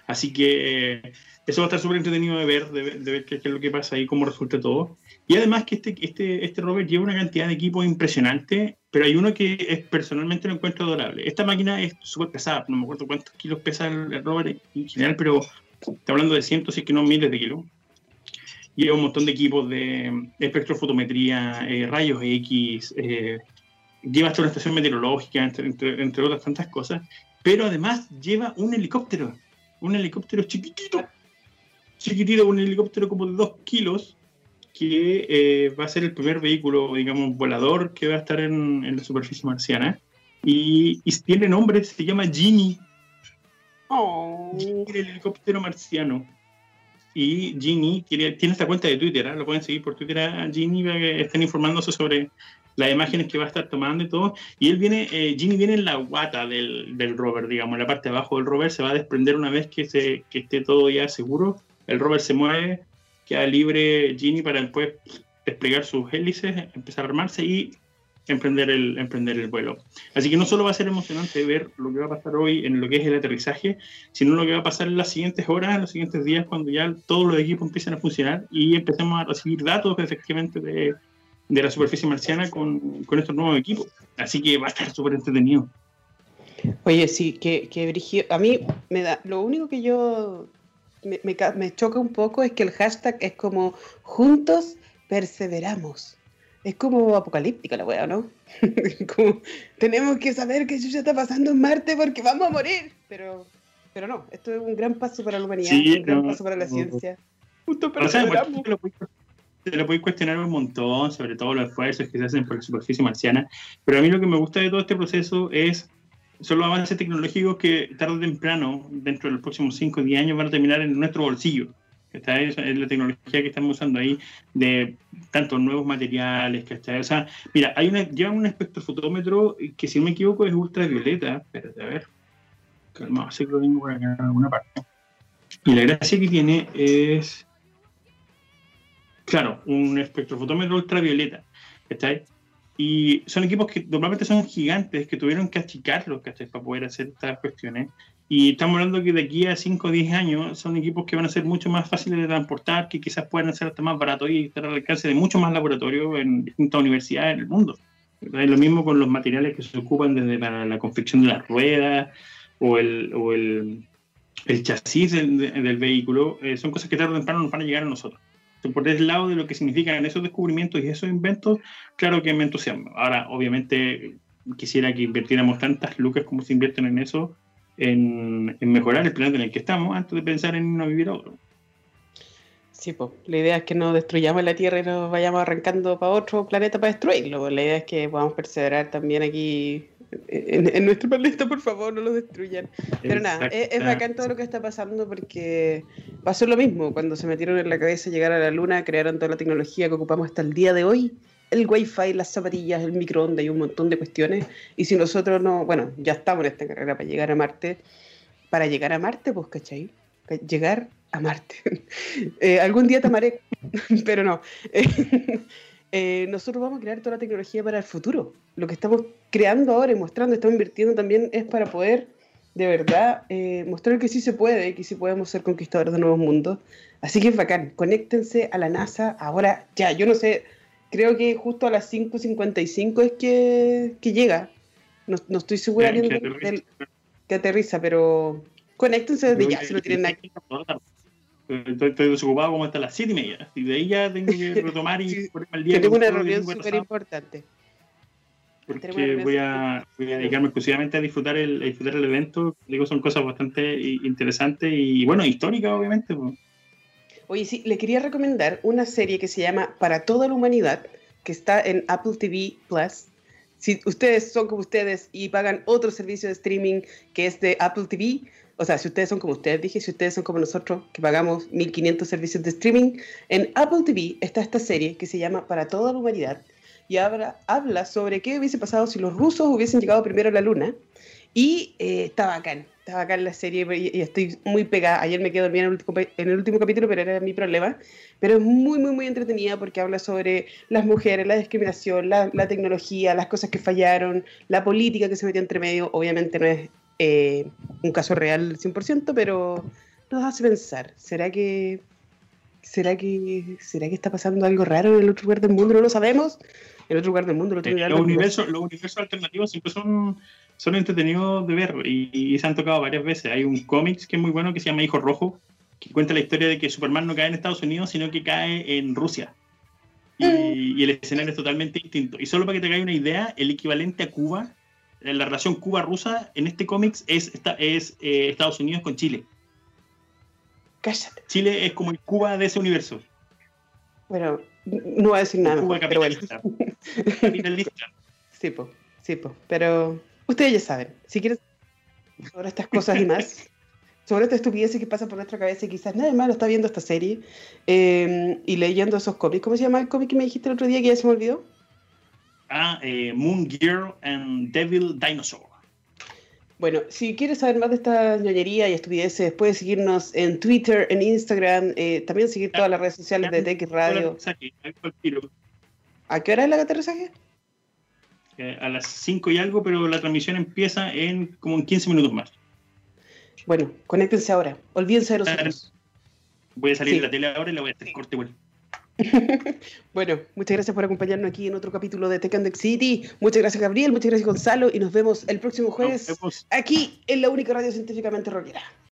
Así que eh, eso va a estar súper entretenido de ver, de, ver- de ver qué, qué es lo que pasa ahí, cómo resulta todo. Y además que este, este, este rover lleva una cantidad de equipos impresionante, pero hay uno que es, personalmente lo encuentro adorable. Esta máquina es súper pesada, no me acuerdo cuántos kilos pesa el, el rover en general, pero está hablando de cientos, si es que no miles de kilos. Lleva un montón de equipos de, de espectrofotometría, eh, rayos X, eh, lleva hasta una estación meteorológica, entre, entre, entre otras tantas cosas, pero además lleva un helicóptero, un helicóptero chiquitito, chiquitito, un helicóptero como de dos kilos, que eh, va a ser el primer vehículo, digamos, volador que va a estar en, en la superficie marciana. Y, y tiene nombre, se llama Genie, Oh. Genie, el helicóptero marciano. Y Genie tiene, tiene esta cuenta de Twitter, ¿eh? Lo pueden seguir por Twitter a Genie para que estén informándose sobre las imágenes que va a estar tomando y todo. Y él viene, eh, Genie viene en la guata del, del rover, digamos, en la parte de abajo del rover se va a desprender una vez que, se, que esté todo ya seguro. El rover se mueve, queda libre Genie para después desplegar sus hélices, empezar a armarse y emprender el, emprender el vuelo. Así que no solo va a ser emocionante ver lo que va a pasar hoy en lo que es el aterrizaje, sino lo que va a pasar en las siguientes horas, en los siguientes días, cuando ya todos los equipos empiecen a funcionar y empecemos a recibir datos efectivamente de, de la superficie marciana con, con estos nuevos equipos. Así que va a estar súper entretenido. Oye, sí, que, que brígido. A mí me da, lo único que yo me, me, ca- me choca un poco es que el hashtag es como juntos perseveramos. Es como apocalíptica la wea, ¿no? Como tenemos que saber qué ya está pasando en Marte porque vamos a morir. Pero, pero no, esto es un gran paso para la humanidad, Sí, un gran no, paso para la no. ciencia. Juntos O sea, igual perseveramos. te lo podéis te lo podéis cuestionar un montón sobre todos los esfuerzos que se hacen por la superficie marciana, pero a mí lo que me gusta de todo este proceso es son los avances tecnológicos que tarde o temprano, dentro de los próximos cinco o diez años, van a terminar en nuestro bolsillo. Esta es, es la tecnología que estamos usando ahí de tantos nuevos materiales, ¿cachai? O sea, mira, hay una, llevan un espectrofotómetro que, si no me equivoco, es ultravioleta. Espérate, a ver. Calma, sé que lo tengo por acá en alguna parte. Y la gracia que tiene es, claro, un espectrofotómetro ultravioleta, ¿cachai? Y son equipos que normalmente son gigantes, que tuvieron que achicarlos, ¿cachai? Para poder hacer estas cuestiones. Y estamos hablando que de aquí a cinco o diez años son equipos que van a ser mucho más fáciles de transportar, que quizás puedan ser hasta más baratos y estar al alcance de muchos más laboratorios en distintas universidades en el mundo. ¿Verdad? Y lo mismo con los materiales que se ocupan desde para la confección de las ruedas o el, o el, el chasis del, del vehículo. Eh, son cosas que tarde o temprano nos van a llegar a nosotros. Entonces, por el lado de lo que significan esos descubrimientos y esos inventos, claro que me entusiasma. Ahora, obviamente, quisiera que invirtiéramos tantas lucas como se invierten en eso, En, en mejorar el planeta en el que estamos antes de pensar en no vivir a otro. Sí, pues, la idea es que no destruyamos la Tierra y nos vayamos arrancando para otro planeta para destruirlo. Pues. La idea es que podamos perseverar también aquí en, en nuestro planeta, por favor, no lo destruyan. Pero nada, es, es bacán todo lo que está pasando porque pasó lo mismo. Cuando se metieron en la cabeza llegar a la Luna, crearon toda la tecnología que ocupamos hasta el día de hoy. El wifi, las zapatillas, el microondas y un montón de cuestiones. Y si nosotros no, bueno, ya estamos en esta carrera para llegar a Marte, para llegar a Marte, pues, ¿cachai? Para llegar a Marte. eh, algún día te amaré, pero no. Eh, eh, nosotros vamos a crear toda la tecnología para el futuro. Lo que estamos creando ahora y mostrando, estamos invirtiendo también es para poder, de verdad, eh, mostrar que sí se puede, que sí podemos ser conquistadores de nuevos mundos. Así que es bacán. Conéctense a la NASA ahora ya. Yo no sé... Creo que justo a las cinco cincuenta y cinco es que, que llega. No, no estoy segura bien que, del, aterriza. del, que aterriza, pero conéctense desde ya, si no tienen nada. Estoy, estoy desocupado como hasta las siete y media. Y de ahí ya tengo que retomar y Sí, ponerme al día. tengo una todo, reunión súper súper importante. Porque voy a, voy a dedicarme exclusivamente a disfrutar el, a disfrutar el evento. Digo, son cosas bastante interesantes y, bueno, históricas, obviamente. Pues. Oye, sí, le quería recomendar una serie que se llama Para toda la humanidad, que está en Apple T V Plus. Si ustedes son como ustedes y pagan otro servicio de streaming que es de Apple T V, o sea, si ustedes son como ustedes, dije, si ustedes son como nosotros, que pagamos mil quinientos servicios de streaming, en Apple T V está esta serie que se llama Para toda la humanidad y habla, habla sobre qué hubiese pasado si los rusos hubiesen llegado primero a la Luna. Y eh, está bacán, está bacán la serie y, y estoy muy pegada. Ayer me quedé dormida en el, último, en el último capítulo, pero era mi problema. Pero es muy, muy, muy entretenida porque habla sobre las mujeres, la discriminación, la, la tecnología, las cosas que fallaron, la política que se metió entre medio. Obviamente no es eh, un caso real al cien por ciento, pero, nos hace pensar. ¿Será que, será que, será que está pasando algo raro en el otro lugar del mundo? No lo sabemos. En el otro lugar del mundo, el otro Eh, lugar los, del mundo. universos, los universos alternativos siempre son, son entretenidos de ver y, y se han tocado varias veces. Hay un cómic que es muy bueno que se llama Hijo Rojo, que cuenta la historia de que Superman no cae en Estados Unidos, sino que cae en Rusia. Y, y el escenario es totalmente distinto. Y solo para que te hagáis una idea, el equivalente a Cuba, la relación Cuba-Rusa en este cómic es, es eh, Estados Unidos con Chile. Cállate. Chile es como el Cuba de ese universo. Bueno, no voy a decir nada. Cuba Mejor, pero bueno. capitalista. Capitalista. Sí, po, sí, po. Pero ustedes ya saben. Si quieren sobre estas cosas y más, sobre estas estupideces que pasan por nuestra cabeza y quizás nadie más lo está viendo esta serie eh, y leyendo esos cómics. ¿Cómo se llama el cómic que me dijiste el otro día que ya se me olvidó? Ah, eh, Moon Girl and Devil Dinosaur. Bueno, si quieres saber más de esta ñoñería y estupideces, puedes seguirnos en Twitter, en Instagram, eh, también seguir todas las redes sociales de T X Radio. ¿A qué hora es el aterrizaje? Eh, a las cinco y algo, pero la transmisión empieza en como en quince minutos más. Bueno, conéctense ahora. Olvídense de nosotros. Voy a salir Sí. de la tele ahora y la voy a hacer Sí. corte igual. Bueno, muchas gracias por acompañarnos aquí en otro capítulo de Tekken City. Muchas gracias, Gabriel. Muchas gracias, Gonzalo. Y nos vemos el próximo jueves Nos vemos. aquí en la única radio científicamente rockera.